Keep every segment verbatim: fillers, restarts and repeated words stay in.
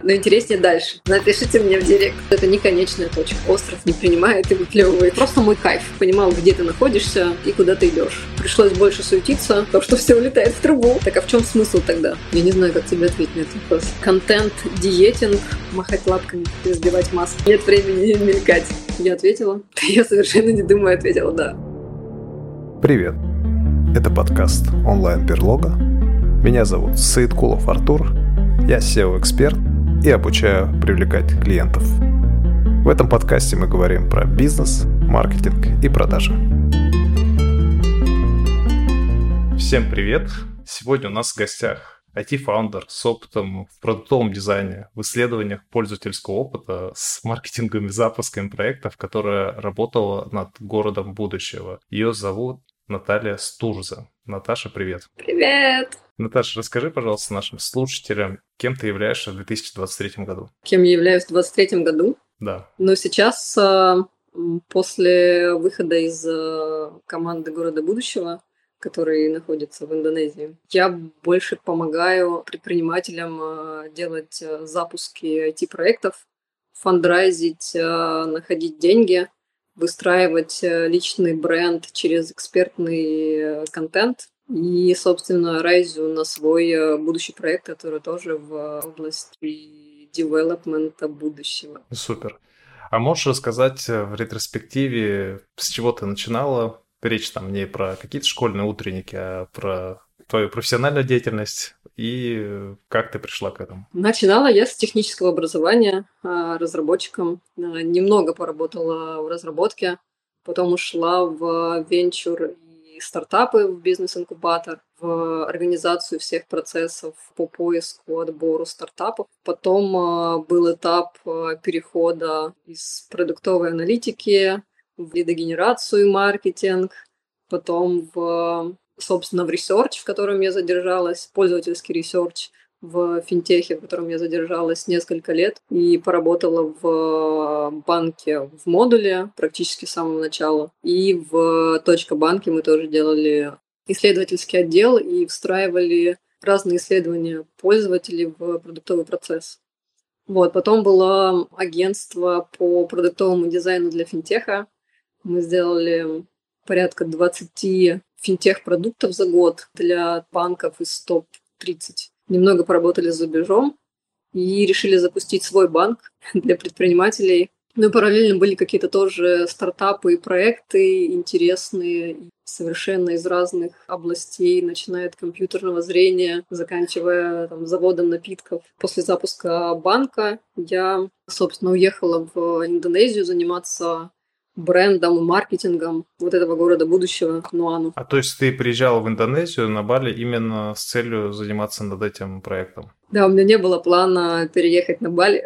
Но интереснее дальше. Напишите мне в директ. Это не конечная точка. Остров не принимает и выплевывает. Просто мой кайф. Понимал, где ты находишься и куда ты идешь. Пришлось больше суетиться, потому что все улетает в трубу. Так а в чем смысл тогда? Я не знаю, как тебе ответить на этот вопрос. Контент, диетинг, махать лапками, разбивать маски. Нет времени мелькать. Я ответила. Я совершенно не думаю, ответила да. Привет. Это подкаст онлайн-берлога. Меня зовут Саидкулов Артур. Я сео-эксперт и обучаю привлекать клиентов. В этом подкасте мы говорим про бизнес, маркетинг и продажи. Всем привет! Сегодня у нас в гостях ай ти-фаундер с опытом в продуктовом дизайне, в исследованиях пользовательского опыта, с маркетинговыми запусками проектов, которая работала над городом будущего. Ее зовут Наталья Стурза. Наташа, привет! Привет! Наташа, расскажи, пожалуйста, нашим слушателям, кем ты являешься в две тысячи двадцать третьем году? Кем я являюсь в двадцать третьем году? Да. Ну, сейчас, после выхода из команды города будущего, который находится в Индонезии, я больше помогаю предпринимателям делать запуски ай ти-проектов, фандрайзить, находить деньги, выстраивать личный бренд через экспертный контент и, собственно, райзю на свой будущий проект, который тоже в области девелопмента будущего. Супер. А можешь рассказать в ретроспективе, с чего ты начинала? Речь там не про какие-то школьные утренники, а про твою профессиональную деятельность и как ты пришла к этому? Начинала я с технического образования разработчиком. Немного поработала в разработке, потом ушла в венчур и стартапы, в бизнес-инкубатор, в организацию всех процессов по поиску, отбору стартапов. Потом был этап перехода из продуктовой аналитики в лидогенерацию и маркетинг, потом в, собственно, в ресерч, в котором я задержалась, пользовательский ресерч в финтехе, в котором я задержалась несколько лет и поработала в банке в модуле практически с самого начала. И в точка-банке мы тоже делали исследовательский отдел и встраивали разные исследования пользователей в продуктовый процесс. Вот, потом было агентство по продуктовому дизайну для финтеха. Мы сделали порядка двадцать финтех-продуктов за год для банков из топ тридцать. Немного поработали за рубежом и решили запустить свой банк для предпринимателей. Ну и параллельно были какие-то тоже стартапы и проекты интересные, совершенно из разных областей, начиная от компьютерного зрения, заканчивая там, заводом напитков. После запуска банка я, собственно, уехала в Индонезию заниматься брендом и маркетингом вот этого города будущего, Нуану. А то есть ты приезжала в Индонезию, на Бали, именно с целью заниматься над этим проектом? Да, у меня не было плана переехать на Бали.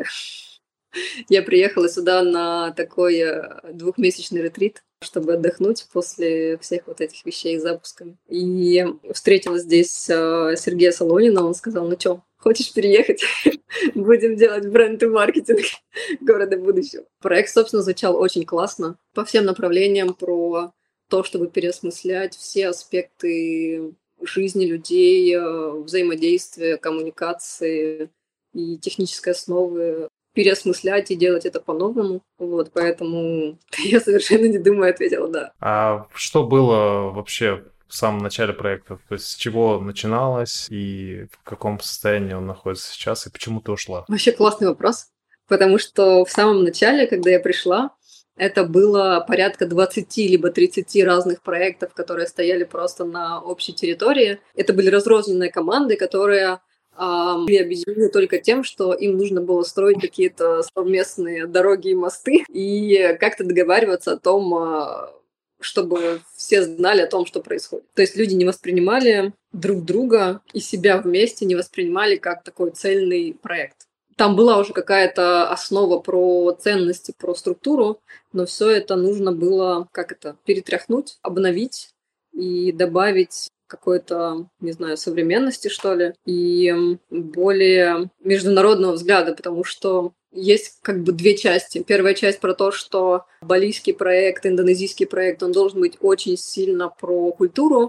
Я приехала сюда на такой двухмесячный ретрит, чтобы отдохнуть после всех вот этих вещей с запусками. И встретила здесь Сергея Солонина, он сказал, ну что, хочешь переехать? Будем делать бренд и маркетинг города будущего. Проект, собственно, звучал очень классно. По всем направлениям про то, чтобы переосмыслять все аспекты жизни людей, взаимодействия, коммуникации и технической основы, переосмыслять и делать это по-новому. Вот, поэтому я совершенно не думаю, ответила да. А что было вообще в самом начале проекта? То есть с чего начиналось и в каком состоянии он находится сейчас, и почему ты ушла? Вообще классный вопрос, потому что в самом начале, когда я пришла, это было порядка двадцать либо тридцать разных проектов, которые стояли просто на общей территории. Это были разрозненные команды, которые были объединены только тем, что им нужно было строить какие-то совместные дороги и мосты и как-то договариваться о том, чтобы все знали о том, что происходит. То есть люди не воспринимали друг друга и себя вместе, не воспринимали как такой цельный проект. Там была уже какая-то основа про ценности, про структуру, но все это нужно было как это перетряхнуть, обновить и добавить какой-то, не знаю, современности, что ли, и более международного взгляда, потому что есть как бы две части. Первая часть про то, что балийский проект, индонезийский проект, он должен быть очень сильно про культуру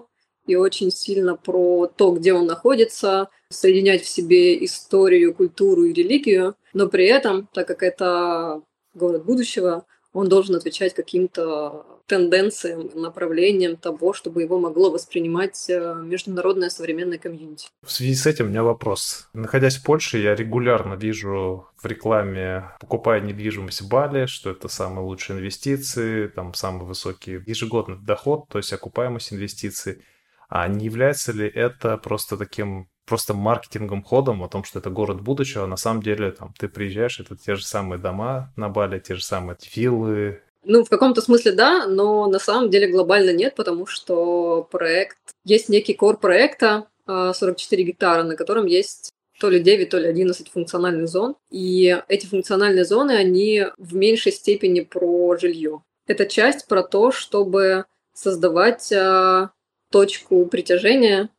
и очень сильно про то, где он находится, соединять в себе историю, культуру и религию, но при этом, так как это город будущего, он должен отвечать каким-то тенденциям, направлениям того, чтобы его могло воспринимать э, международное современное комьюнити. В связи с этим у меня вопрос. Находясь в Польше, я регулярно вижу в рекламе, покупая недвижимость в Бали, что это самые лучшие инвестиции, там самый высокий ежегодный доход, то есть окупаемость инвестиций. А не является ли это просто таким просто маркетингом ходом о том, что это город будущего, а на самом деле там ты приезжаешь, это те же самые дома на Бали, те же самые виллы. Ну, в каком-то смысле да, но на самом деле глобально нет, потому что проект... Есть некий кор проекта, сорок четыре гектара, на котором есть то ли девять, то ли одиннадцать функциональных зон. И эти функциональные зоны, они в меньшей степени про жилье. Это часть про то, чтобы создавать а, точку притяжения.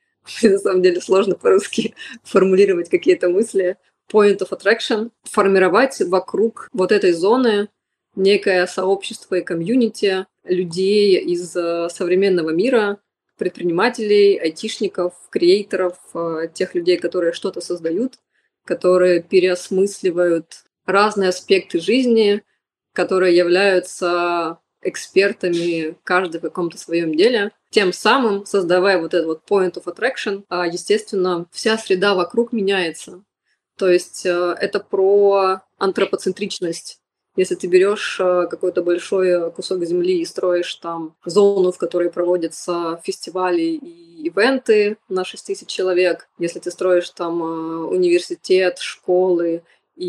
На самом деле сложно по-русски формулировать какие-то мысли. Point of attraction. Формировать вокруг вот этой зоны некое сообщество и комьюнити людей из э, современного мира, предпринимателей, айтишников, креаторов, э, тех людей, которые что-то создают, которые переосмысливают разные аспекты жизни, которые являются экспертами каждый в каком-то своем деле, тем самым создавая вот этот вот point of attraction, а, естественно, вся среда вокруг меняется. То есть э, это про антропоцентричность. Если ты берешь какой-то большой кусок земли и строишь там зону, в которой проводятся фестивали и ивенты на шесть тысяч человек, если ты строишь там университет, школы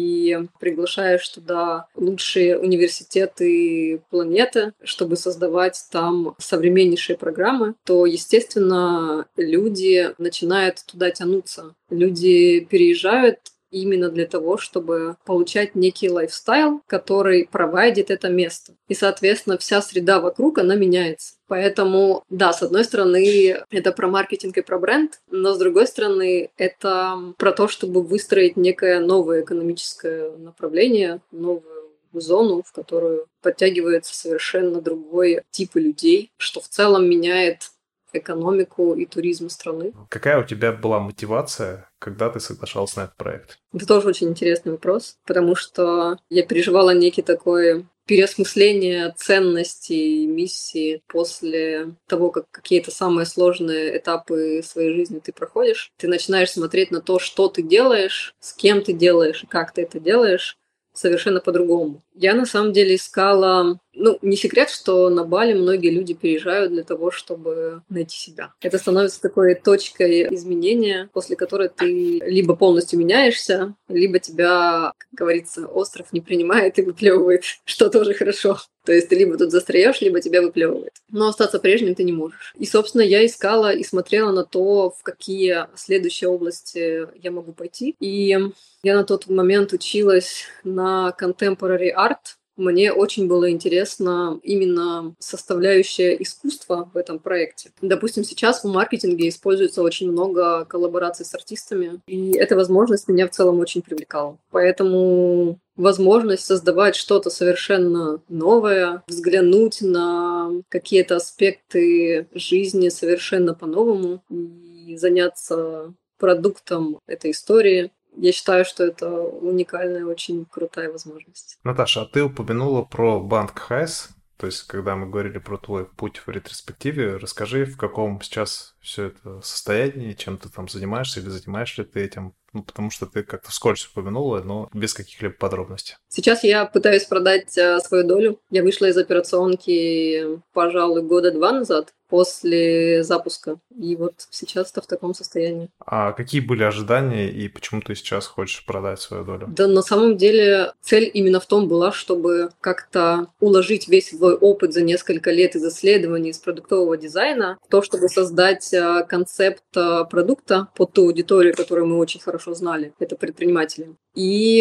и приглашаешь туда лучшие университеты планеты, чтобы создавать там современнейшие программы, то, естественно, люди начинают туда тянуться. Люди переезжают именно для того, чтобы получать некий лайфстайл, который провайдит это место. И, соответственно, вся среда вокруг, она меняется. Поэтому, да, с одной стороны, это про маркетинг и про бренд, но с другой стороны, это про то, чтобы выстроить некое новое экономическое направление, новую зону, в которую подтягивается совершенно другой тип людей, что в целом меняет экономику и туризм страны. Какая у тебя была мотивация, когда ты соглашался на этот проект? Это тоже очень интересный вопрос, потому что я переживала некий такой переосмысление ценностей, миссии после того, как какие-то самые сложные этапы своей жизни ты проходишь. Ты начинаешь смотреть на то, что ты делаешь, с кем ты делаешь и как ты это делаешь, совершенно по-другому. Я на самом деле искала... Ну, не секрет, что на Бали многие люди переезжают для того, чтобы найти себя. Это становится такой точкой изменения, после которой ты либо полностью меняешься, либо тебя, как говорится, остров не принимает и выплевывает, что тоже хорошо. То есть ты либо тут застряешь, либо тебя выплевывает. Но остаться прежним ты не можешь. И, собственно, я искала и смотрела на то, в какие следующие области я могу пойти. И я на тот момент училась на contemporary art. Мне очень было интересно именно составляющая искусства в этом проекте. Допустим, сейчас в маркетинге используется очень много коллабораций с артистами, и эта возможность меня в целом очень привлекала. Поэтому возможность создавать что-то совершенно новое, взглянуть на какие-то аспекты жизни совершенно по-новому и заняться продуктом этой истории. Я считаю, что это уникальная, очень крутая возможность. Наташа, а ты упомянула про банк Хайс, то есть когда мы говорили про твой путь в ретроспективе, расскажи, в каком сейчас все это состоянии, чем ты там занимаешься или занимаешь ли ты этим, ну, потому что ты как-то вскользь упомянула, но без каких-либо подробностей. Сейчас я пытаюсь продать а, свою долю. Я вышла из операционки, пожалуй, года два назад после запуска. И вот сейчас-то в таком состоянии. А какие были ожидания и почему ты сейчас хочешь продать свою долю? Да, на самом деле цель именно в том была, чтобы как-то уложить весь свой опыт за несколько лет из исследований из продуктового дизайна в то, чтобы создать а, концепт а, продукта под ту аудиторию, которую мы очень хорошо знали. Это предприниматели. И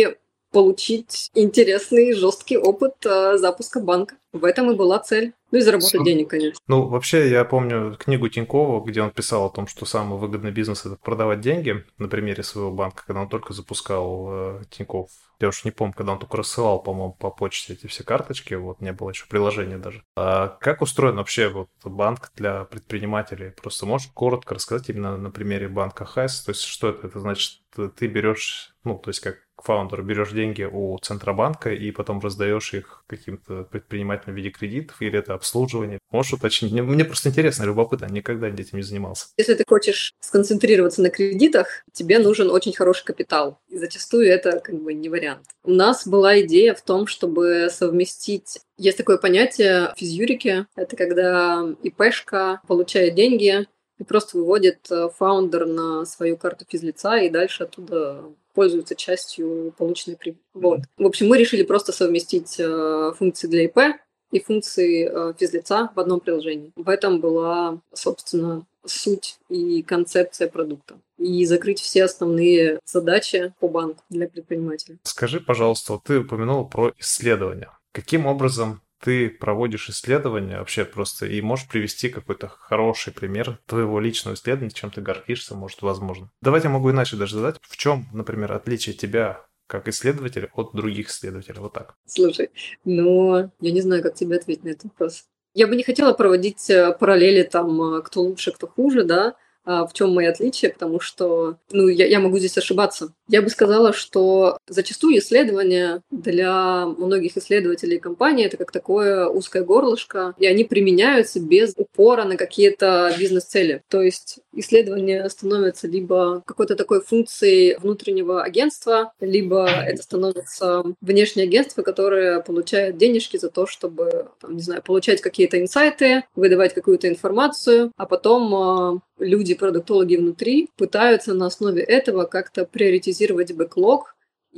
получить интересный, жесткий опыт э, запуска банка. В этом и была цель. Ну и заработать Су- денег, конечно. Ну, вообще, я помню книгу Тинькова, где он писал о том, что самый выгодный бизнес – это продавать деньги на примере своего банка, когда он только запускал э, Тиньков. Я уж не помню, когда он только рассылал, по-моему, по почте эти все карточки, вот не было еще приложения даже. А как устроен вообще вот банк для предпринимателей? Просто можешь коротко рассказать именно на примере банка Хайс? То есть что это? Это значит, ты берешь, ну, то есть как фаундер, берешь деньги у Центробанка и потом раздаешь их каким-то предпринимателям в виде кредитов, или это обслуживание? Можешь уточнить? Мне, мне просто интересно, любопытно, никогда этим не занимался. Если ты хочешь сконцентрироваться на кредитах, тебе нужен очень хороший капитал. И зачастую это как бы не вариант. У нас была идея в том, чтобы совместить... Есть такое понятие в физюрике. Это когда ИПшка получает деньги и просто выводит э, фаундер на свою карту физлица и дальше оттуда пользуются частью полученной прибыли. Вот. В общем, мы решили просто совместить э, функции для ИП и функции э, физлица в одном приложении. В этом была, собственно, суть и концепция продукта. И закрыть все основные задачи по банку для предпринимателя. Скажи, пожалуйста, вот ты упомянул про исследования. Каким образом ты проводишь исследования вообще просто и можешь привести какой-то хороший пример твоего личного исследования, чем ты гордишься, может, возможно. Давайте я могу иначе даже задать. В чем, например, отличие тебя как исследователя от других исследователей? Вот так. Слушай, ну, я не знаю, как тебе ответить на этот вопрос. Я бы не хотела проводить э, параллели там, э, кто лучше, кто хуже, да, а в чем мои отличия, потому что, ну, я, я могу здесь ошибаться. Я бы сказала, что зачастую исследования для многих исследователей и компаний это как такое узкое горлышко, и они применяются без упора на какие-то бизнес-цели. То есть исследования становятся либо какой-то такой функцией внутреннего агентства, либо это становится внешнее агентство, которое получает денежки за то, чтобы, там, не знаю, получать какие-то инсайты, выдавать какую-то информацию, а потом э, люди, продуктологи внутри пытаются на основе этого как-то приоритизировать бэклог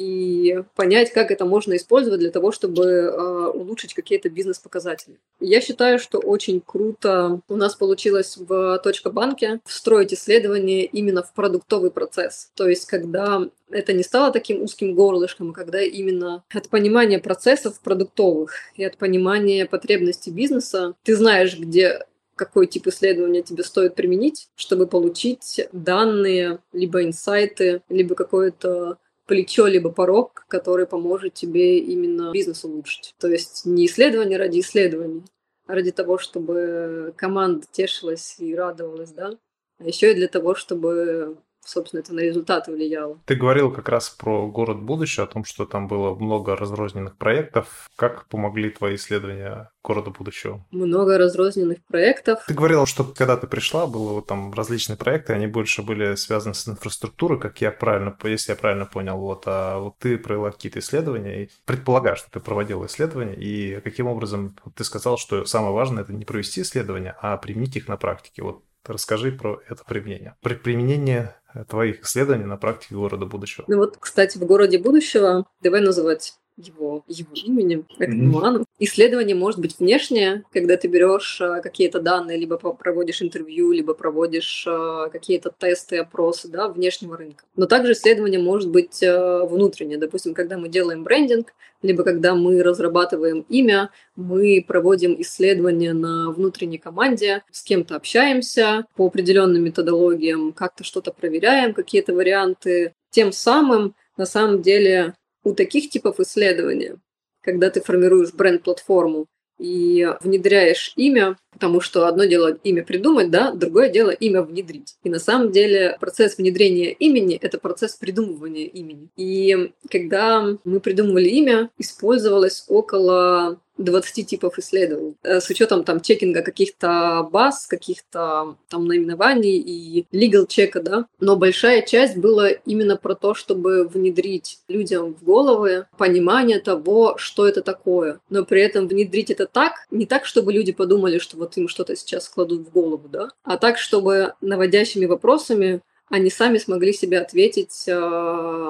и понять, как это можно использовать для того, чтобы э, улучшить какие-то бизнес-показатели. Я считаю, что очень круто у нас получилось в Точка-банке встроить исследование именно в продуктовый процесс. То есть, когда это не стало таким узким горлышком, а когда именно от понимания процессов продуктовых и от понимания потребностей бизнеса ты знаешь, где какой тип исследования тебе стоит применить, чтобы получить данные, либо инсайты, либо какое-то плечо, либо порог, который поможет тебе именно бизнес улучшить. То есть не исследование ради исследований, а ради того, чтобы команда тешилась и радовалась, да, а еще и для того, чтобы, собственно, это на результаты влияло. Ты говорил как раз про город будущего, о том, что там было много разрозненных проектов. Как помогли твои исследования города будущего? Много разрозненных проектов. Ты говорила, что когда ты пришла, было вот там различные проекты, они больше были связаны с инфраструктурой, как я правильно, если я правильно понял, вот, а вот ты провела какие-то исследования, и предполагаю, что ты проводила исследования, и каким образом ты сказал, что самое важное – это не провести исследования, а применить их на практике. Вот расскажи про это применение. При применении твоих исследований на практике города будущего. Ну вот, кстати, в городе будущего, давай называть его, его именем, как mm-hmm. Исследование может быть внешнее, когда ты берешь а, какие-то данные, либо проводишь интервью, либо проводишь а, какие-то тесты, опросы, да, внешнего рынка. Но также исследование может быть а, внутреннее. Допустим, когда мы делаем брендинг, либо когда мы разрабатываем имя, мы проводим исследования на внутренней команде, с кем-то общаемся по определенным методологиям, как-то что-то проверяем, какие-то варианты. Тем самым, на самом деле, у таких типов исследования, когда ты формируешь бренд-платформу и внедряешь имя, потому что одно дело имя придумать, да, другое дело имя внедрить. И на самом деле процесс внедрения имени – это процесс придумывания имени. И когда мы придумывали имя, использовалось около двадцати типов исследований. С учетом там чекинга каких-то баз, каких-то там наименований и legal чека, да. Но большая часть была именно про то, чтобы внедрить людям в головы понимание того, что это такое. Но при этом внедрить это так, не так, чтобы люди подумали, что вот им что-то сейчас кладут в голову, да, а так, чтобы наводящими вопросами они сами смогли себе ответить,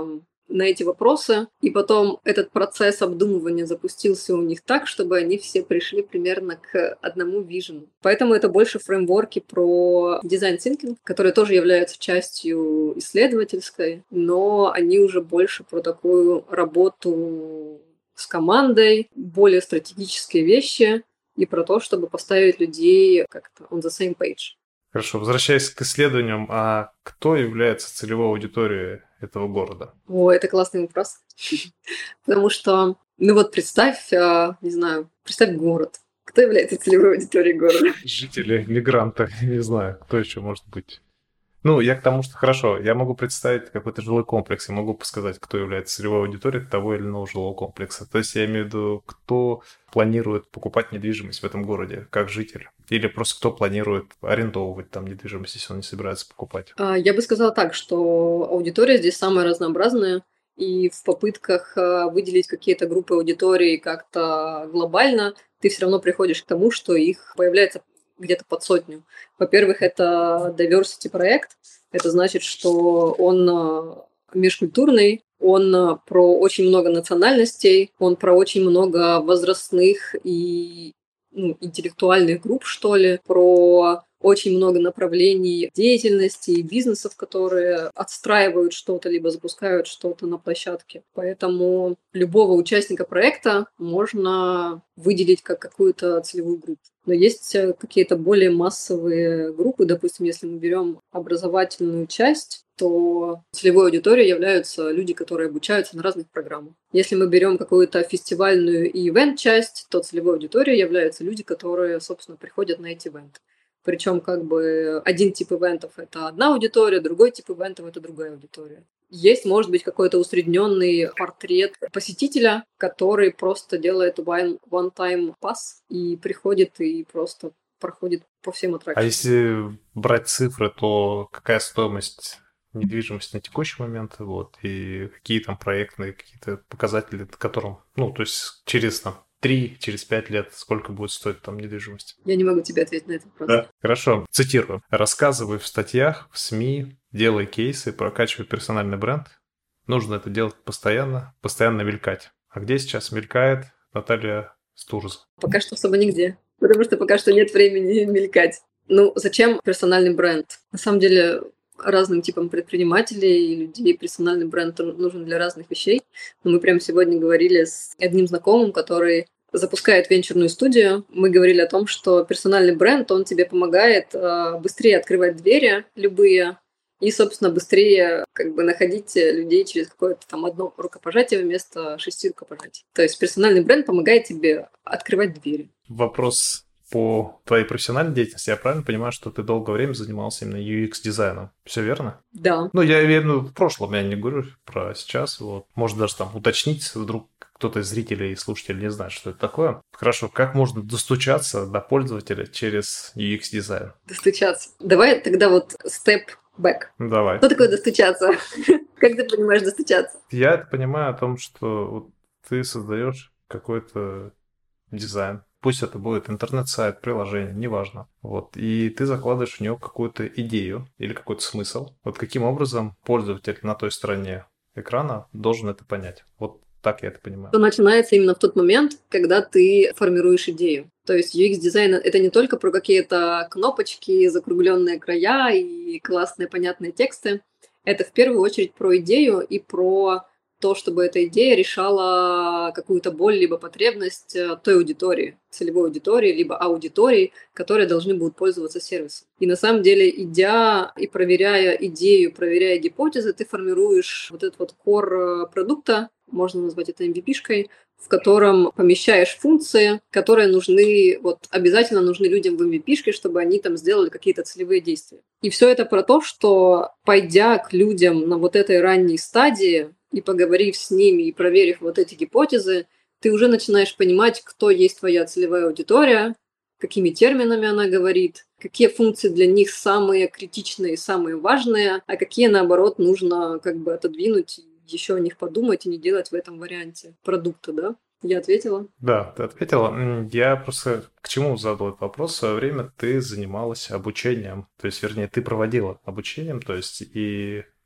на эти вопросы, и потом этот процесс обдумывания запустился у них так, чтобы они все пришли примерно к одному вижену. Поэтому это больше фреймворки про design thinking, которые тоже являются частью исследовательской, но они уже больше про такую работу с командой, более стратегические вещи и про то, чтобы поставить людей как-то on the same page. Хорошо, возвращаясь к исследованиям, а кто является целевой аудиторией этого города? О, это классный вопрос. Потому что, ну вот представь, не знаю, представь город. Кто является целевой аудиторией города? Жители, мигранты, не знаю, кто еще может быть. Ну, я к тому, что хорошо, я могу представить какой-то жилой комплекс, я могу сказать, кто является целевой аудиторией того или иного жилого комплекса. То есть я имею в виду, кто планирует покупать недвижимость в этом городе, как житель. Или просто кто планирует арендовывать там недвижимость, если он не собирается покупать. Я бы сказала так, что аудитория здесь самая разнообразная, и в попытках выделить какие-то группы аудитории как-то глобально, ты все равно приходишь к тому, что их появляется где-то под сотню. Во-первых, это diversity проект. Это значит, что он межкультурный, он про очень много национальностей, он про очень много возрастных и ну, интеллектуальных групп, что ли, про очень много направлений деятельности и бизнесов, которые отстраивают что-то, либо запускают что-то на площадке. Поэтому любого участника проекта можно выделить как какую-то целевую группу. Но есть какие-то более массовые группы, допустим, если мы берем образовательную часть, то целевой аудиторией являются люди, которые обучаются на разных программах. Если мы берем какую-то фестивальную и ивент-часть, то целевой аудиторией являются люди, которые, собственно, приходят на эти ивенты. Причем как бы один тип ивентов – это одна аудитория, другой тип ивентов – это другая аудитория. Есть, может быть, какой-то усредненный портрет посетителя, который просто делает one, one-time pass и приходит и просто проходит по всем аттракциям. А если брать цифры, то какая стоимость недвижимости на текущий момент, вот, и какие там проектные какие-то показатели, которым, ну, то есть через там три, через пять лет, сколько будет стоить там недвижимость? Я не могу тебе ответить на этот вопрос. Да. Хорошо, цитирую. Рассказывай в статьях, в СМИ, делай кейсы, прокачивай персональный бренд. Нужно это делать постоянно, постоянно мелькать. А где сейчас мелькает Наталья Стурза? Пока что особо нигде, потому что пока что нет времени мелькать. Ну, зачем персональный бренд? На самом деле, разным типам предпринимателей и людей персональный бренд нужен для разных вещей. Но мы прямо сегодня говорили с одним знакомым, который запускает венчурную студию. Мы говорили о том, что персональный бренд, он тебе помогает быстрее открывать двери любые и, собственно, быстрее как бы находить людей через какое-то там одно рукопожатие вместо шести рукопожатий. То есть персональный бренд помогает тебе открывать двери. Вопрос по твоей профессиональной деятельности. Я правильно понимаю, что ты долгое время занимался именно ю экс-дизайном? Все верно? Да. Ну, я имею в виду в прошлом, я не говорю про сейчас. Вот. Может даже там уточнить, вдруг кто-то из зрителей и слушателей не знает, что это такое. Хорошо, как можно достучаться до пользователя через ю экс-дизайн? Достучаться. Давай тогда вот step back. Давай. Что такое достучаться? Как ты понимаешь достучаться? Я это понимаю о том, что вот ты создаешь какой-то дизайн. Пусть это будет интернет-сайт, приложение, неважно. Вот. И ты закладываешь в него какую-то идею или какой-то смысл. Вот каким образом пользователь на той стороне экрана должен это понять. Вот так я это понимаю. То начинается именно в тот момент, когда ты формируешь идею. То есть ю экс-дизайн – это не только про какие-то кнопочки, закругленные края и классные понятные тексты. Это в первую очередь про идею и про то, чтобы эта идея решала какую-то боль либо потребность той аудитории, целевой аудитории, либо аудитории, которые должны будут пользоваться сервисом. И на самом деле, идя и проверяя идею, проверяя гипотезы, ты формируешь вот этот вот core продукта, можно назвать это эм ви пи-шкой, в котором помещаешь функции, которые нужны, вот обязательно нужны людям в эм ви пи-шке, чтобы они там сделали какие-то целевые действия. И все это про то, что пойдя к людям на вот этой ранней стадии и поговорив с ними и проверив вот эти гипотезы, ты уже начинаешь понимать, кто есть твоя целевая аудитория, какими терминами она говорит, какие функции для них самые критичные, самые важные, а какие, наоборот, нужно как бы отодвинуть, еще о них подумать и не делать в этом варианте продукта, да? Я ответила? Да, ты ответила. Я просто к чему задал этот вопрос? В свое время ты занималась обучением, то есть, вернее, ты проводила обучением, то есть, и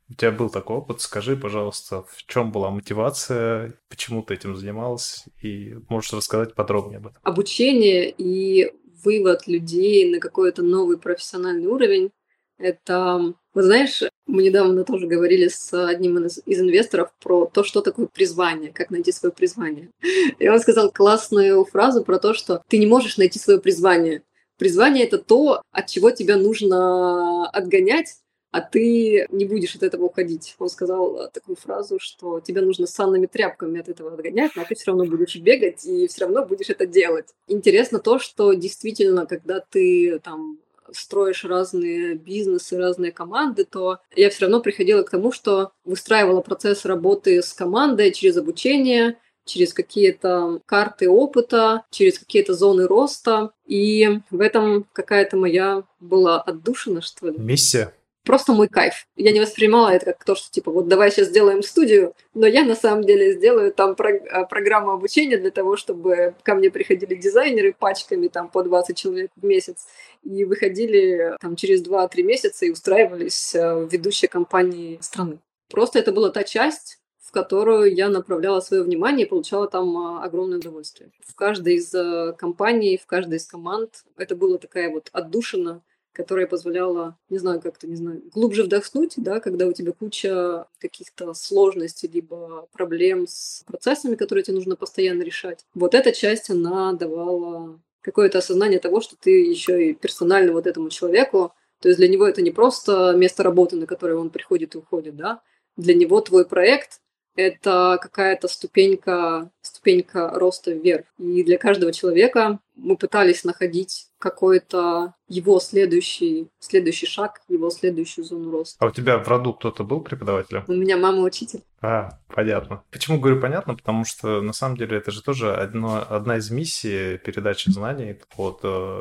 У тебя был такой опыт. Скажи, пожалуйста, в чем была мотивация, почему ты этим занималась, и можешь рассказать подробнее об этом. Обучение и вывод людей на какой-то новый профессиональный уровень — это, вот знаешь, мы недавно тоже говорили с одним из, из инвесторов про то, что такое призвание, как найти свое призвание. И он сказал классную фразу про то, что ты не можешь найти свое призвание. Призвание — это то, от чего тебя нужно отгонять, а ты не будешь от этого уходить. Он сказал такую фразу, что тебе нужно санными тряпками от этого отгонять, но ты все равно будешь бегать и все равно будешь это делать. Интересно то, что действительно, когда ты там строишь разные бизнесы, разные команды, то я все равно приходила к тому, что выстраивала процесс работы с командой через обучение, через какие-то карты опыта, через какие-то зоны роста. И в этом какая-то моя была отдушина, что ли. Миссия? Просто мой кайф. Я не воспринимала это как то, что типа вот давай сейчас сделаем студию, но я на самом деле сделаю там про- программу обучения для того, чтобы ко мне приходили дизайнеры пачками там по двадцать человек в месяц и выходили там через два-три месяца и устраивались в ведущие компании страны. Просто это была та часть, в которую я направляла свое внимание и получала там огромное удовольствие. В каждой из компаний, в каждой из команд это была такая вот отдушина, которая позволяла, не знаю, как-то, не знаю, глубже вдохнуть, да, когда у тебя куча каких-то сложностей либо проблем с процессами, которые тебе нужно постоянно решать. Вот эта часть, она давала какое-то осознание того, что ты еще и персонально вот этому человеку, то есть для него это не просто место работы, на которое он приходит и уходит, да, для него твой проект — это какая-то ступенька, ступенька роста вверх. И для каждого человека мы пытались находить какой-то его следующий, следующий шаг, его следующую зону роста. А у тебя в роду кто-то был преподавателем? У меня мама учитель. А, понятно. Почему говорю понятно? Потому что на самом деле это же тоже одно, одна из миссий передачи знаний. Вот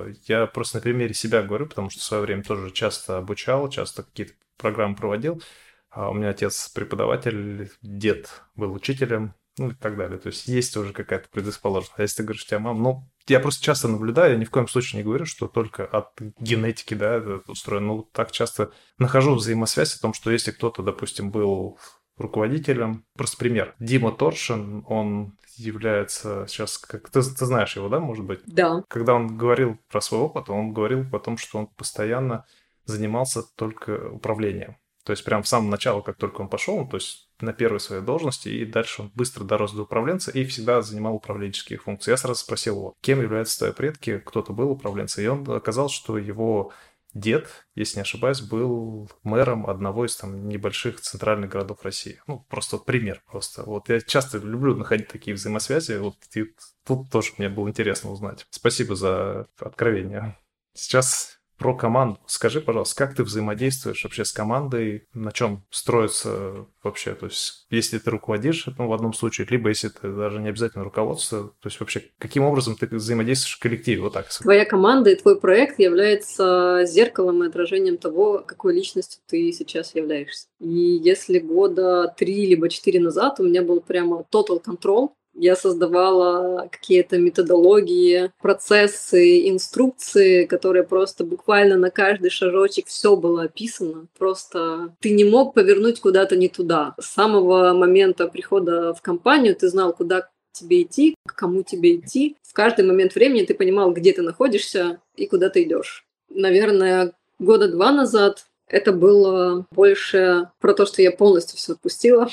я просто на примере себя говорю, потому что в свое время тоже часто обучал, часто какие-то программы проводил. А у меня отец преподаватель, дед был учителем, ну и так далее. То есть есть уже какая-то предрасположенность. А если ты говоришь, у тебя мама... Ну, я просто часто наблюдаю, я ни в коем случае не говорю, что только от генетики, да, это устроено. Ну, так часто нахожу взаимосвязь о том, что если кто-то, допустим, был руководителем... Просто пример. Дима Торшин, он является сейчас... Как... Ты, ты знаешь его, да, может быть? Да. Когда он говорил про свой опыт, он говорил о том, что он постоянно занимался только управлением. То есть прям в самом начале, как только он пошел, то есть на первой своей должности, и дальше он быстро дорос до управленца и всегда занимал управленческие функции. Я сразу спросил его, кем являются твои предки, кто-то был управленцем, и он оказалось, что его дед, если не ошибаюсь, был мэром одного из там небольших центральных городов России. Ну, просто вот пример просто. Вот я часто люблю находить такие взаимосвязи, вот и тут тоже мне было интересно узнать. Спасибо за откровение. Сейчас... Про команду. Скажи, пожалуйста, как ты взаимодействуешь вообще с командой, на чем строится вообще, то есть если ты руководишь этому в одном случае, либо если ты даже не обязательно руководство, то есть вообще каким образом ты взаимодействуешь в коллективе, вот так. Твоя команда и твой проект является зеркалом и отражением того, какой личностью ты сейчас являешься. И если года три либо четыре назад у меня был прямо total control, я создавала какие-то методологии, процессы, инструкции, которые просто буквально на каждый шажочек все было описано. Просто ты не мог повернуть куда-то не туда. С самого момента прихода в компанию ты знал, куда тебе идти, к кому тебе идти. В каждый момент времени ты понимал, где ты находишься и куда ты идешь. Наверное, года два назад это было больше про то, что я полностью все отпустила.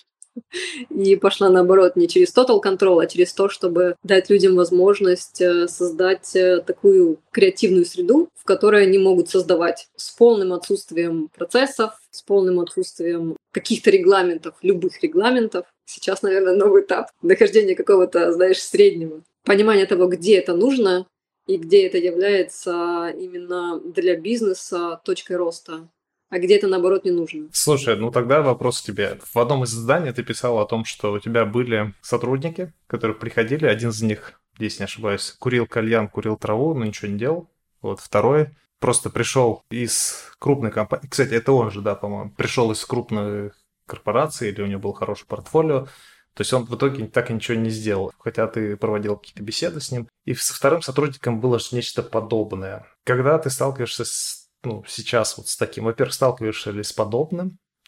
И пошла, наоборот, не через total control, а через то, чтобы дать людям возможность создать такую креативную среду, в которой они могут создавать с полным отсутствием процессов, с полным отсутствием каких-то регламентов, любых регламентов. Сейчас, наверное, новый этап нахождения какого-то, знаешь, среднего. Понимание того, где это нужно и где это является именно для бизнеса точкой роста, а где это, наоборот, не нужно. Слушай, ну тогда вопрос к тебе. В одном из изданий ты писал о том, что у тебя были сотрудники, которые приходили. Один из них, если не ошибаюсь, курил кальян, курил траву, но ничего не делал. Вот второй просто пришел из крупной компании. Кстати, это он же, да, по-моему, пришел из крупной корпорации, или у него был хороший портфолио. То есть он в итоге так и ничего не сделал, хотя ты проводил какие-то беседы с ним. И со вторым сотрудником было нечто подобное. Когда ты сталкиваешься с ну, сейчас вот с таким, во-первых, сталкиваешься ли с подобным,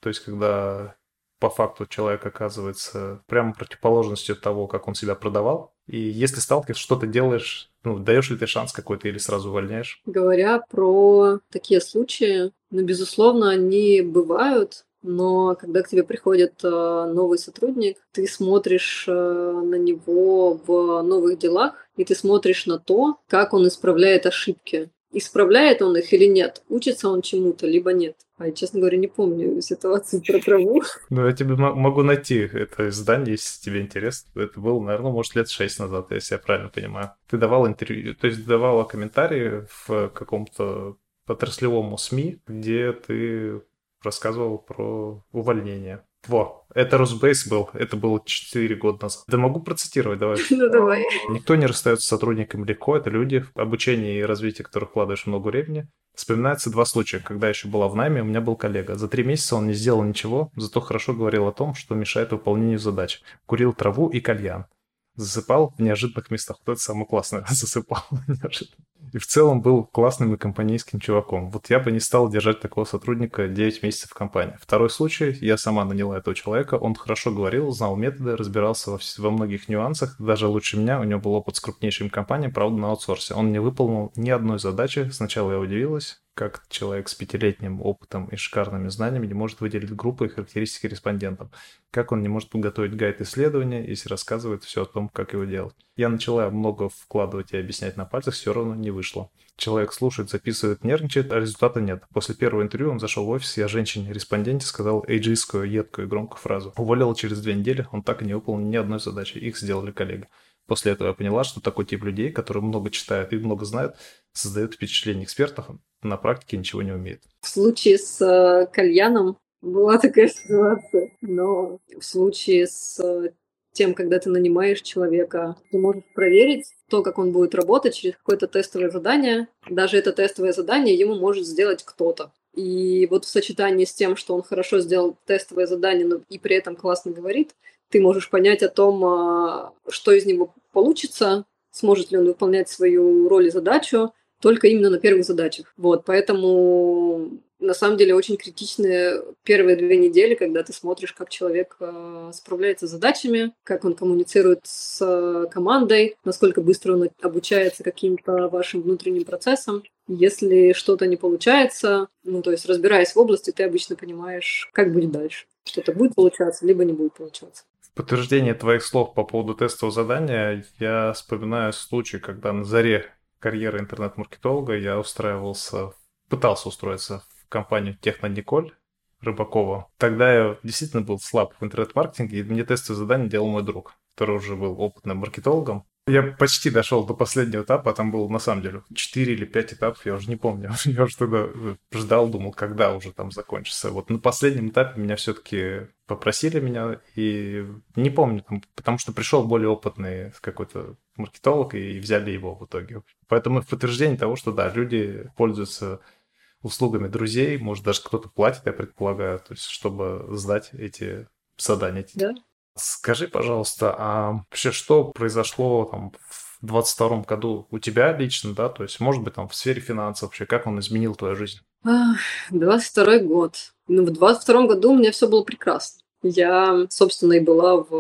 То есть, когда по факту человек оказывается прямо противоположностью того, как он себя продавал. И если сталкиваешься, что ты делаешь, ну, даешь ли ты шанс какой-то или сразу увольняешь? Говоря про такие случаи, ну, безусловно, они бывают, но когда к тебе приходит э, новый сотрудник, ты смотришь э, на него в новых делах, и ты смотришь на то, как он исправляет ошибки. Исправляет он их или нет? Учится он чему-то, либо нет? А я, честно говоря, не помню ситуацию про траву. Ну, я тебе мо- могу найти это издание, если тебе интересно. Это было, наверное, может, лет шесть назад, если я правильно понимаю. Ты давал интервью, то есть давала комментарии в каком-то отраслевом СМИ, где ты рассказывал про увольнение. Во, это Росбейс был, это было четыре года назад. Да могу процитировать, давай. Ну, давай. Никто не расстается с сотрудниками легко, это люди, в обучение и развитие которых вкладываешь много времени. Вспоминается два случая, когда еще была в найме, у меня был коллега. За три месяца он не сделал ничего, зато хорошо говорил о том, что мешает выполнению задач. Курил траву и кальян. Засыпал в неожиданных местах. Вот это самое классное. Засыпал неожиданно. И в целом был классным и компанейским чуваком. Вот я бы не стал держать такого сотрудника девять месяцев в компании. Второй случай. Я сама наняла этого человека. Он хорошо говорил, знал методы, разбирался во, вс- во многих нюансах. Даже лучше меня. У него был опыт с крупнейшими компаниями, правда, на аутсорсе. Он не выполнил ни одной задачи. Сначала я удивилась, как человек с пятилетним опытом и шикарными знаниями не может выделить группы и характеристики респондентам. Как он не может подготовить гайд исследования, если рассказывает все о том, как его делать. Я начала много вкладывать и объяснять на пальцах, все равно не вышло. Человек слушает, записывает, нервничает, а результата нет. После первого интервью он зашел в офис, я женщине-респонденте сказал эйджистскую, едкую и громкую фразу. Уволил через две недели, он так и не выполнил ни одной задачи, их сделали коллеги. После этого я поняла, что такой тип людей, которые много читают и много знают, создают впечатление экспертов, а на практике ничего не умеют. В случае с э, кальяном была такая ситуация, но в случае с э, тем, когда ты нанимаешь человека, ты можешь проверить то, как он будет работать через какое-то тестовое задание. Даже это тестовое задание ему может сделать кто-то. И вот в сочетании с тем, что он хорошо сделал тестовое задание, но и при этом классно говорит, ты можешь понять о том, а, что из него получится, сможет ли он выполнять свою роль и задачу, только именно на первых задачах. Вот, поэтому на самом деле очень критичны первые две недели, когда ты смотришь, как человек э, справляется с задачами, как он коммуницирует с э, командой, насколько быстро он обучается каким-то вашим внутренним процессам. Если что-то не получается, ну, то есть разбираясь в области, ты обычно понимаешь, как будет дальше. Что-то будет получаться, либо не будет получаться. В подтверждение твоих слов по поводу тестового задания я вспоминаю случай, когда на заре карьеры интернет-маркетолога я устраивался, пытался устроиться в компанию Техно-Николь Рыбакова. Тогда я действительно был слаб в интернет-маркетинге, и мне тестовое задание делал мой друг, который уже был опытным маркетологом. Я почти дошел до последнего этапа, а там было на самом деле четыре или пять этапов, я уже не помню. Я уже тогда ждал, думал, когда уже там закончится. Вот на последнем этапе меня все-таки попросили меня, и не помню, там, потому что пришел более опытный какой-то маркетолог, и взяли его в итоге. Поэтому в подтверждение того, что да, люди пользуются услугами друзей, может, даже кто-то платит, я предполагаю, то есть, чтобы сдать эти задания. Да. Скажи, пожалуйста, а вообще что произошло там в двадцать втором году у тебя лично, да? То есть, может быть, там в сфере финансов вообще, как он изменил твою жизнь? Ах, двадцать второй год. Ну, в двадцать втором году у меня все было прекрасно. Я, собственно, и была в,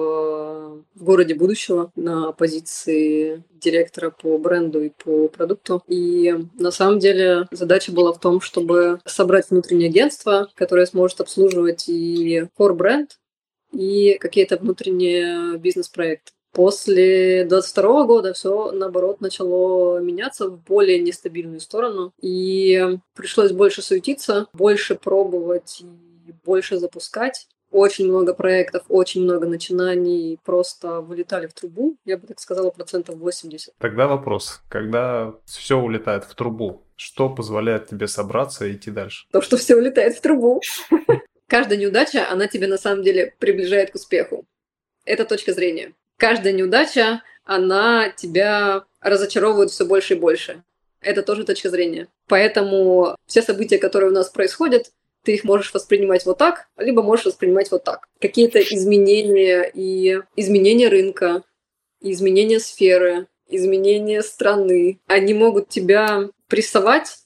в городе будущего на позиции директора по бренду и по продукту. И на самом деле задача была в том, чтобы собрать внутреннее агентство, которое сможет обслуживать и core бренд, и какие-то внутренние бизнес-проекты. После двадцать второго года все, наоборот, начало меняться в более нестабильную сторону. И пришлось больше суетиться, больше пробовать и больше запускать. Очень много проектов, очень много начинаний просто вылетали в трубу. Я бы так сказала, процентов восемьдесят. Тогда вопрос. Когда все улетает в трубу, что позволяет тебе собраться и идти дальше? То, что все улетает в трубу. Каждая неудача, она тебя на самом деле приближает к успеху. Это точка зрения. Каждая неудача, она тебя разочаровывает все больше и больше. Это тоже точка зрения. Поэтому все события, которые у нас происходят, ты их можешь воспринимать вот так, либо можешь воспринимать вот так. Какие-то изменения и изменения рынка, изменения сферы, изменения страны, они могут тебя прессовать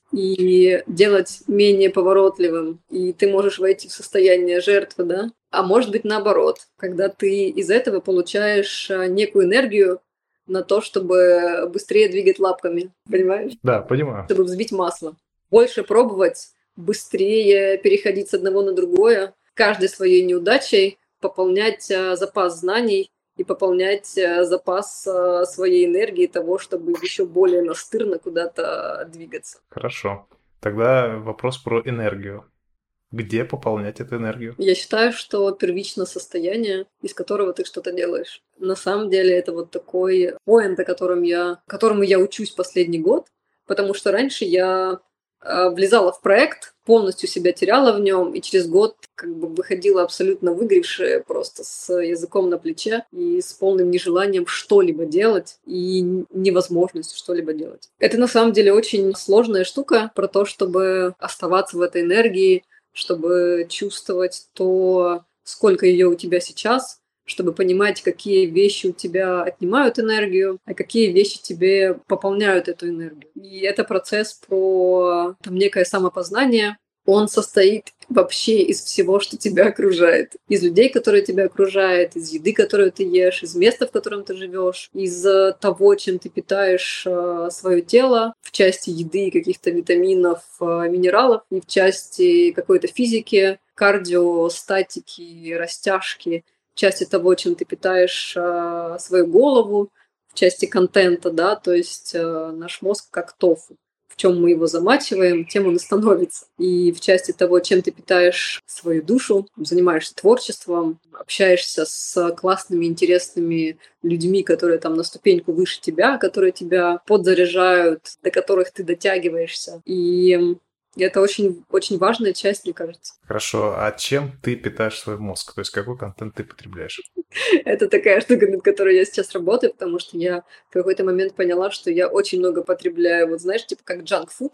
и делать менее поворотливым, и ты можешь войти в состояние жертвы, да? А может быть наоборот, когда ты из этого получаешь а, некую энергию на то, чтобы быстрее двигать лапками, понимаешь? Да, понимаю. Чтобы взбить масло. Больше пробовать, быстрее переходить с одного на другое, каждой своей неудачей пополнять а, запас знаний и пополнять а, запас а, своей энергии того, чтобы еще более настырно куда-то двигаться. Хорошо. Тогда вопрос про энергию. Где пополнять эту энергию? Я считаю, что первично состояние, из которого ты что-то делаешь. На самом деле это вот такой поинт, о котором я, которому я учусь последний год, потому что раньше я э, влезала в проект, полностью себя теряла в нем, и через год как бы выходила абсолютно выгоревшая, просто с языком на плече и с полным нежеланием что-либо делать и невозможностью что-либо делать. Это на самом деле очень сложная штука про то, чтобы оставаться в этой энергии, чтобы чувствовать то, сколько ее у тебя сейчас, чтобы понимать, какие вещи у тебя отнимают энергию, а какие вещи тебе пополняют эту энергию. И это процесс про там, некое самопознание. Он состоит вообще из всего, что тебя окружает. Из людей, которые тебя окружают, из еды, которую ты ешь, из места, в котором ты живешь, из того, чем ты питаешь э, свое тело, в части еды, каких-то витаминов, э, минералов, и в части какой-то физики, кардио, статики, растяжки, в части того, чем ты питаешь э, свою голову, в части контента, да, то есть э, наш мозг как тофу. В чем мы его замачиваем, тем он и становится. И в части того, чем ты питаешь свою душу, занимаешься творчеством, общаешься с классными, интересными людьми, которые там на ступеньку выше тебя, которые тебя подзаряжают, до которых ты дотягиваешься. И это очень, очень важная часть, мне кажется. Хорошо, а чем ты питаешь свой мозг? То есть какой контент ты потребляешь? Это такая штука, над которой я сейчас работаю, потому что я в какой-то момент поняла, что я очень много потребляю, вот знаешь, типа как junk food,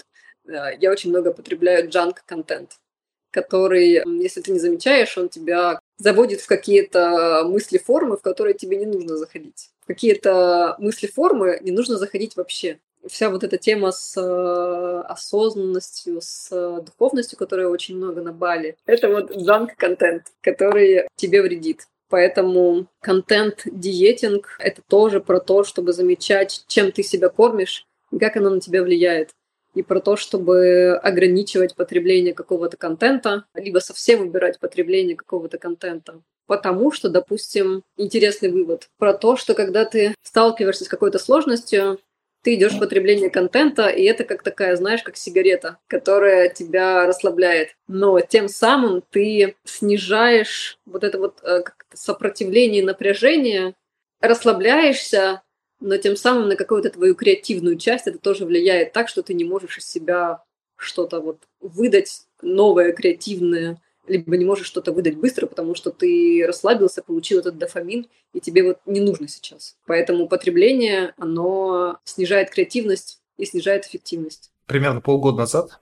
я очень много потребляю junk-контент, который, если ты не замечаешь, он тебя заводит в какие-то мысли-формы, в которые тебе не нужно заходить. В какие-то мысли-формы не нужно заходить вообще. Вся вот эта тема с э, осознанностью, с э, духовностью, которая очень много на Бали, это вот junk-контент, который тебе вредит. Поэтому контент-диетинг — это тоже про то, чтобы замечать, чем ты себя кормишь и как оно на тебя влияет. И про то, чтобы ограничивать потребление какого-то контента, либо совсем убирать потребление какого-то контента. Потому что, допустим, интересный вывод про то, что когда ты сталкиваешься с какой-то сложностью, ты идешь в потребление контента, и это как такая, знаешь, как сигарета, которая тебя расслабляет. Но тем самым ты снижаешь вот это вот э, как-то сопротивление и напряжение, расслабляешься, но тем самым на какую-то твою креативную часть это тоже влияет так, что ты не можешь из себя что-то вот выдать новое, креативное, либо не можешь что-то выдать быстро, потому что ты расслабился, получил этот дофамин, и тебе вот не нужно сейчас. Поэтому потребление, оно снижает креативность и снижает эффективность. Примерно полгода назад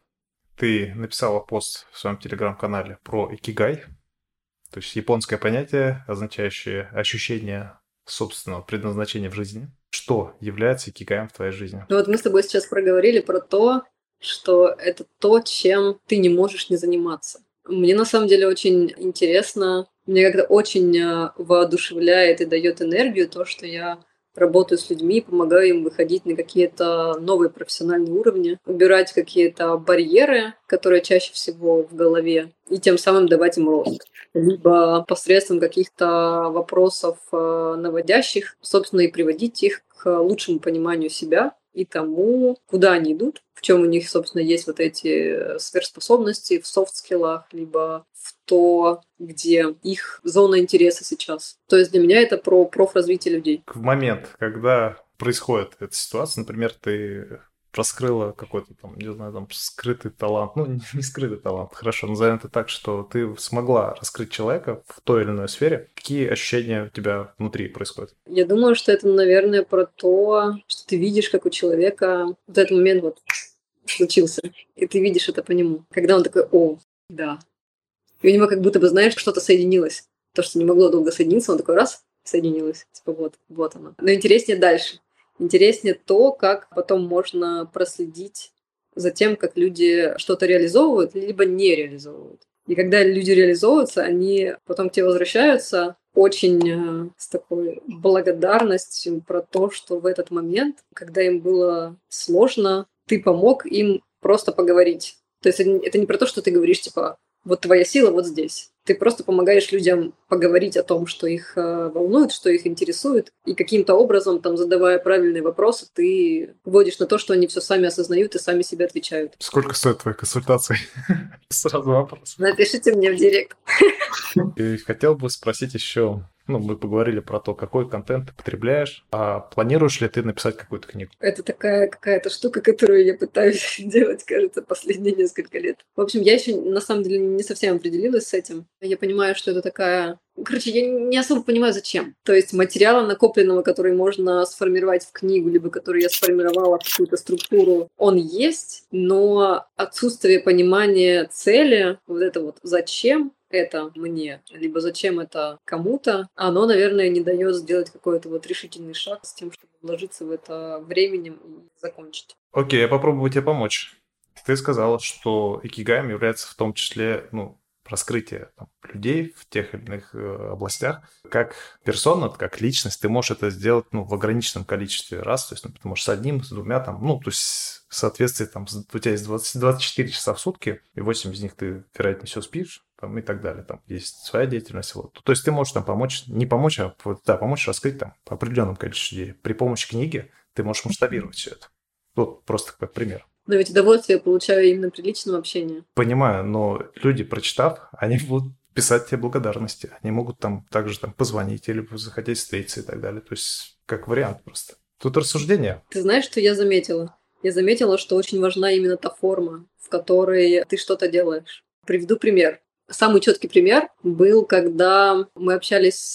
ты написала пост в своем телеграм-канале про икигай, то есть японское понятие, означающее ощущение собственного предназначения в жизни. Что является икигаем в твоей жизни? Ну вот мы с тобой сейчас проговорили про то, что это то, чем ты не можешь не заниматься. Мне на самом деле очень интересно, мне как-то очень э, воодушевляет и дает энергию то, что я работаю с людьми, помогаю им выходить на какие-то новые профессиональные уровни, убирать какие-то барьеры, которые чаще всего в голове, и тем самым давать им рост. Либо посредством каких-то вопросов э, наводящих, собственно, и приводить их к лучшему пониманию себя и тому, куда они идут, в чем у них, собственно, есть вот эти сверхспособности в софт-скиллах, либо в то, где их зона интереса сейчас. То есть для меня это про профразвитие людей. В момент, когда происходит эта ситуация, например, ты раскрыла какой-то там, не знаю, там скрытый талант, ну не скрытый талант, хорошо, назовем это так, что ты смогла раскрыть человека в той или иной сфере, какие ощущения у тебя внутри происходят? Я думаю, что это, наверное, про то, что ты видишь, как у человека вот этот момент вот случился, и ты видишь это по нему. Когда он такой: о, да. И у него как будто бы, знаешь, что-то соединилось. То, что не могло долго соединиться, он такой раз — соединилось. Типа вот, вот оно. Но интереснее дальше. Интереснее то, как потом можно проследить за тем, как люди что-то реализовывают, либо не реализовывают. И когда люди реализовываются, они потом к тебе возвращаются очень э, с такой благодарностью про то, что в этот момент, когда им было сложно, ты помог им просто поговорить. То есть это не это не про то, что ты говоришь, типа, вот твоя сила вот здесь. Ты просто помогаешь людям поговорить о том, что их э, волнует, что их интересует, и каким-то образом, там, задавая правильные вопросы, ты вводишь на то, что они все сами осознают и сами себе отвечают. Сколько стоят твои консультации? Сразу вопрос. Напишите мне в директ. И хотел бы спросить еще, ну, мы поговорили про то, какой контент ты потребляешь, а планируешь ли ты написать какую-то книгу? Это такая какая-то штука, которую я пытаюсь делать, кажется, последние несколько лет. В общем, я еще на самом деле не совсем определилась с этим. Я понимаю, что это такая... Короче, я не особо понимаю, зачем. То есть материала накопленного, который можно сформировать в книгу, либо который я сформировала в какую-то структуру, он есть, но отсутствие понимания цели, вот это вот зачем это мне, либо зачем это кому-то, оно, наверное, не дает сделать какой-то вот решительный шаг с тем, чтобы вложиться в это временем и закончить. Окей, я попробую тебе помочь. Ты сказала, что икигаем является в том числе, ну, раскрытие там, людей в тех или иных э, областях. Как персона, как личность, ты можешь это сделать ну, в ограниченном количестве раз. То есть, ну, ты можешь с одним, с двумя, там, ну, то есть в соответствии, там, у тебя есть двадцать, двадцать четыре часа в сутки, и восемь из них ты, вероятнее всего, спишь, там, и так далее. Там есть своя деятельность. Вот. То есть ты можешь там помочь, не помочь, а да, помочь раскрыть там по определенному количеству людей. При помощи книги ты можешь масштабировать все это. Вот просто как пример. Но ведь удовольствие я получаю именно при личном общении. Понимаю, но люди, прочитав, они будут писать тебе благодарности. Они могут там также там, позвонить или захотеть встретиться и так далее. То есть как вариант просто. Тут рассуждение. Ты знаешь, что я заметила? Я заметила, что очень важна именно та форма, в которой ты что-то делаешь. Приведу пример. Самый четкий пример был, когда мы общались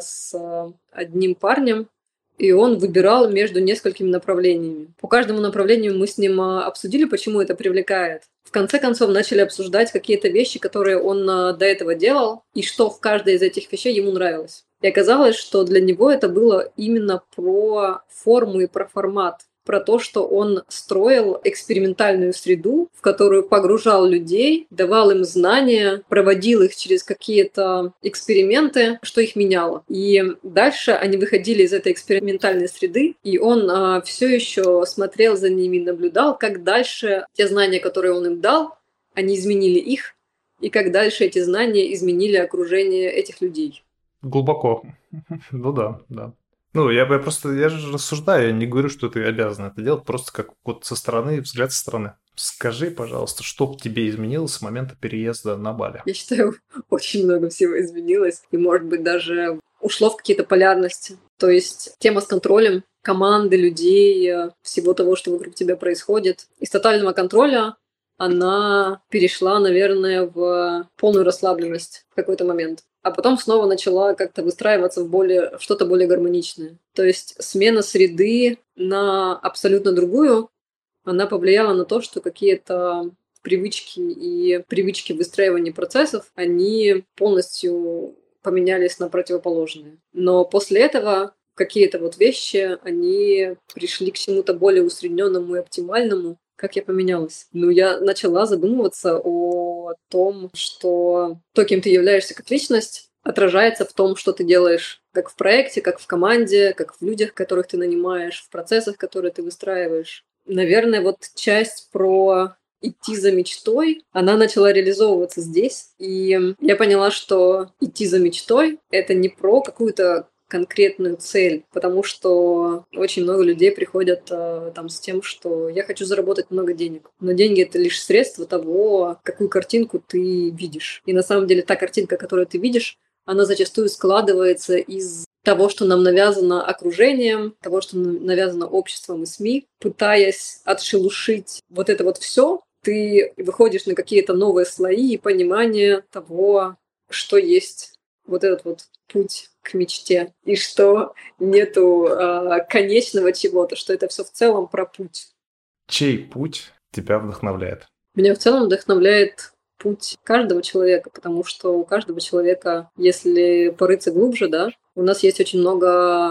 с одним парнем, и он выбирал между несколькими направлениями. По каждому направлению мы с ним обсудили, почему это привлекает. В конце концов, начали обсуждать какие-то вещи, которые он до этого делал, и что в каждой из этих вещей ему нравилось. И оказалось, что для него это было именно про форму и про формат. Про то, что он строил экспериментальную среду, в которую погружал людей, давал им знания, проводил их через какие-то эксперименты, что их меняло. И дальше они выходили из этой экспериментальной среды, и он а, все еще смотрел за ними, наблюдал, как дальше те знания, которые он им дал, они изменили их, и как дальше эти знания изменили окружение этих людей. Глубоко. Ну да, да. Ну, я, я просто, я же рассуждаю, я не говорю, что ты обязан это делать, просто как вот со стороны, взгляд со стороны. Скажи, пожалуйста, что тебе изменилось с момента переезда на Бали? Я считаю, очень много всего изменилось, и, может быть, даже ушло в какие-то полярности. То есть тема с контролем команды, людей, всего того, что вокруг тебя происходит. Из тотального контроля она перешла, наверное, в полную расслабленность в какой-то момент. А потом снова начала как-то выстраиваться в более, в что-то более гармоничное. То есть смена среды на абсолютно другую, она повлияла на то, что какие-то привычки и привычки выстраивания процессов, они полностью поменялись на противоположные. Но после этого какие-то вот вещи, они пришли к чему-то более усредненному и оптимальному. Как я поменялась? Ну, я начала задумываться о том, что то, кем ты являешься как личность, отражается в том, что ты делаешь как в проекте, как в команде, как в людях, которых ты нанимаешь, в процессах, которые ты выстраиваешь. Наверное, вот часть про идти за мечтой, она начала реализовываться здесь. И я поняла, что идти за мечтой — это не про какую-то конкретную цель, потому что очень много людей приходят э, там с тем, что я хочу заработать много денег. Но деньги — это лишь средство того, какую картинку ты видишь. И на самом деле та картинка, которую ты видишь, она зачастую складывается из того, что нам навязано окружением, того, что навязано обществом и СМИ. Пытаясь отшелушить вот это вот все, ты выходишь на какие-то новые слои и понимание того, что есть вот этот вот путь к мечте, и что нету э, конечного чего-то, что это все в целом про путь. Чей путь тебя вдохновляет? Меня в целом вдохновляет путь каждого человека, потому что у каждого человека, если порыться глубже, да, у нас есть очень много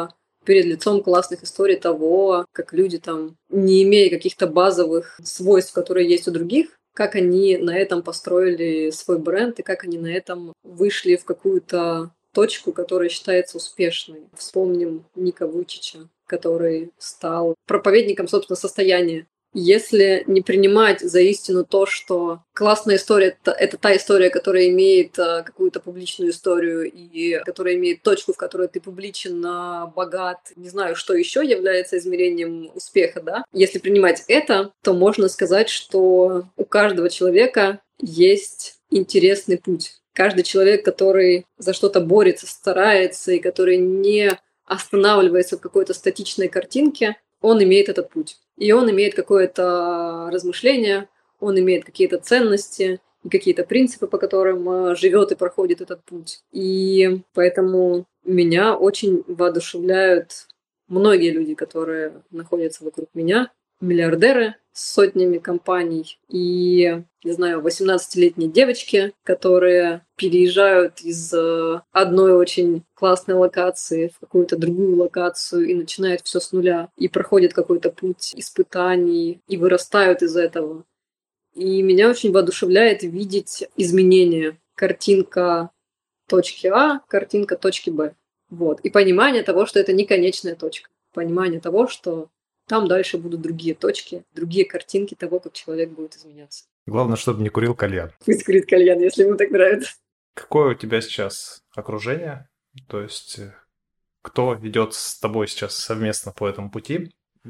перед лицом классных историй того, как люди там, не имея каких-то базовых свойств, которые есть у других, как они на этом построили свой бренд и как они на этом вышли в какую-то точку, которая считается успешной. Вспомним Ника Вуйчича, который стал проповедником, собственно, состояния. Если не принимать за истину то, что классная история — это та история, которая имеет а, какую-то публичную историю и которая имеет точку, в которой ты публичен, а, богат, не знаю, что еще является измерением успеха, да? Если принимать это, то можно сказать, что у каждого человека есть интересный путь. Каждый человек, который за что-то борется, старается и который не останавливается в какой-то статичной картинке, он имеет этот путь. И он имеет какое-то размышление, он имеет какие-то ценности и какие-то принципы, по которым живет и проходит этот путь. И поэтому меня очень воодушевляют многие люди, которые находятся вокруг меня, миллиардеры с сотнями компаний и, не знаю, восемнадцатилетние девочки, которые переезжают из одной очень классной локации в какую-то другую локацию и начинают все с нуля, и проходят какой-то путь испытаний, и вырастают из этого. И меня очень воодушевляет видеть изменения. Картинка точки А, картинка точки Б. Вот. И понимание того, что это не конечная точка. Понимание того, что там дальше будут другие точки, другие картинки того, как человек будет изменяться. Главное, чтобы не курил кальян. Пусть курит кальян, если ему так нравится. Какое у тебя сейчас окружение? То есть кто идет с тобой сейчас совместно по этому пути?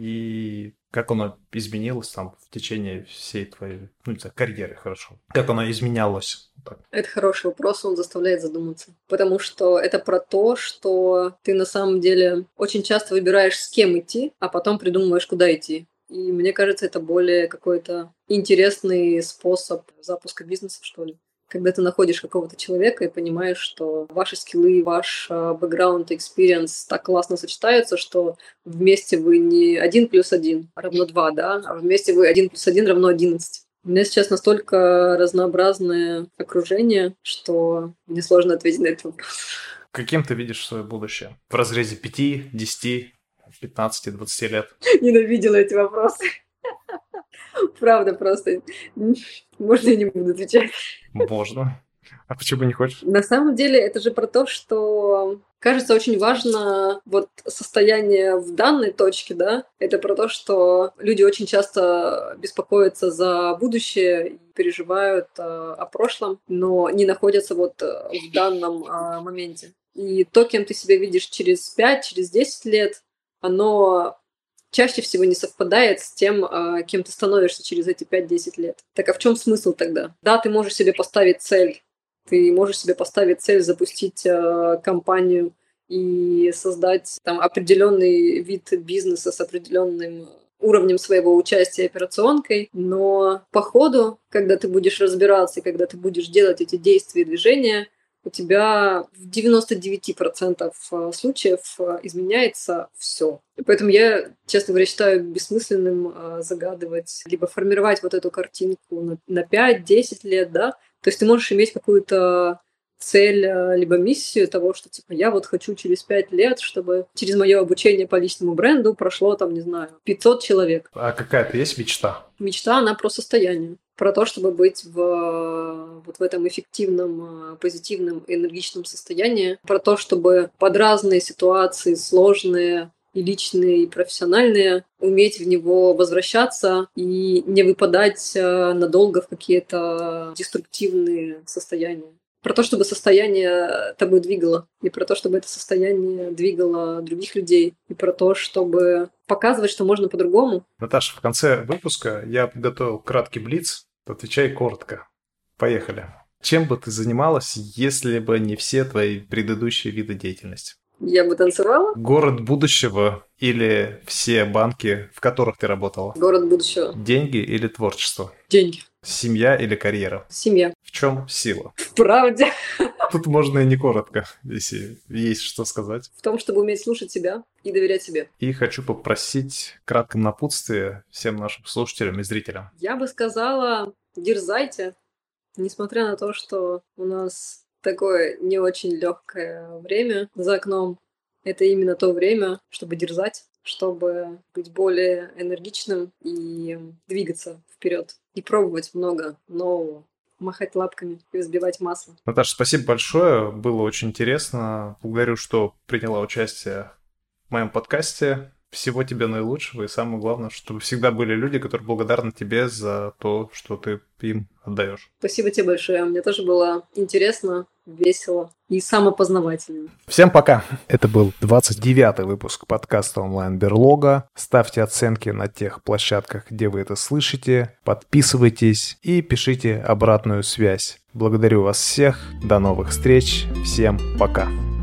И как оно изменилось там в течение всей твоей, ну, не знаю, карьеры, хорошо? Как оно изменялось? Так. Это хороший вопрос, он заставляет задуматься. Потому что это про то, что ты на самом деле очень часто выбираешь, с кем идти, а потом придумываешь, куда идти. И мне кажется, это более какой-то интересный способ запуска бизнеса, что ли. Когда ты находишь какого-то человека и понимаешь, что ваши скиллы, ваш бэкграунд, экспириенс так классно сочетаются, что вместе вы не один плюс один равно два, да, а вместе вы один плюс один равно одиннадцать. У меня сейчас настолько разнообразное окружение, что мне сложно ответить на этот вопрос. Каким ты видишь свое будущее? В разрезе пяти, десяти, пятнадцати, двадцати лет? Ненавидела эти вопросы. Правда, просто. Можно я не буду отвечать? Можно. А почему не хочешь? На самом деле это же про то, что кажется очень важно вот состояние в данной точке, да. Это про то, что люди очень часто беспокоятся за будущее и переживают э, о прошлом, но не находятся вот э, в данном э, моменте. И то, кем ты себя видишь через пять, через десять лет, оно чаще всего не совпадает с тем, кем ты становишься через эти пять-десять лет. Так а в чем смысл тогда? Да, ты можешь себе поставить цель. Ты можешь себе поставить цель запустить компанию и создать там определенный вид бизнеса с определенным уровнем своего участия операционкой, но по ходу, когда ты будешь разбираться и когда ты будешь делать эти действия и движения, у тебя в девяносто девять процентов случаев изменяется все. И поэтому я, честно говоря, считаю бессмысленным загадывать, либо формировать вот эту картинку на пять-десять лет, да. То есть ты можешь иметь какую-то цель, либо миссию того, что типа я вот хочу через пять лет, чтобы через мое обучение по личному бренду прошло там, не знаю, пятьсот человек. А какая-то есть мечта? Мечта, она про состояние. Про то, чтобы быть в, вот в этом эффективном, позитивном, энергичном состоянии. Про то, чтобы под разные ситуации, сложные и личные, и профессиональные, уметь в него возвращаться и не выпадать надолго в какие-то деструктивные состояния. Про то, чтобы состояние тобой двигало, и про то, чтобы это состояние двигало других людей, и про то, чтобы показывать, что можно по-другому. Наташа, в конце выпуска я подготовил краткий блиц. Отвечай коротко. Поехали. Чем бы ты занималась, если бы не все твои предыдущие виды деятельности? Я бы танцевала. Город будущего или все банки, в которых ты работала? Город будущего. Деньги или творчество? Деньги. Семья или карьера? Семья. В чем сила? В правде. Тут можно и не коротко, если есть что сказать. В том, чтобы уметь слушать себя и доверять себе. И хочу попросить краткое напутствие всем нашим слушателям и зрителям. Я бы сказала, дерзайте, несмотря на то, что у нас такое не очень легкое время за окном. это именно то время, чтобы дерзать, чтобы быть более энергичным и двигаться вперед, и пробовать много нового, махать лапками и взбивать масло. Наташа, спасибо большое, было очень интересно. Благодарю, что приняла участие в моем подкасте. Всего тебе наилучшего, и самое главное, чтобы всегда были люди, которые благодарны тебе за то, что ты им отдаешь. Спасибо тебе большое. Мне тоже было интересно, весело и самопознавательно. Всем пока! Это был двадцать девятый выпуск подкаста «Онлайн-берлога». Ставьте оценки на тех площадках, где вы это слышите. Подписывайтесь и пишите обратную связь. Благодарю вас всех. До новых встреч. Всем пока!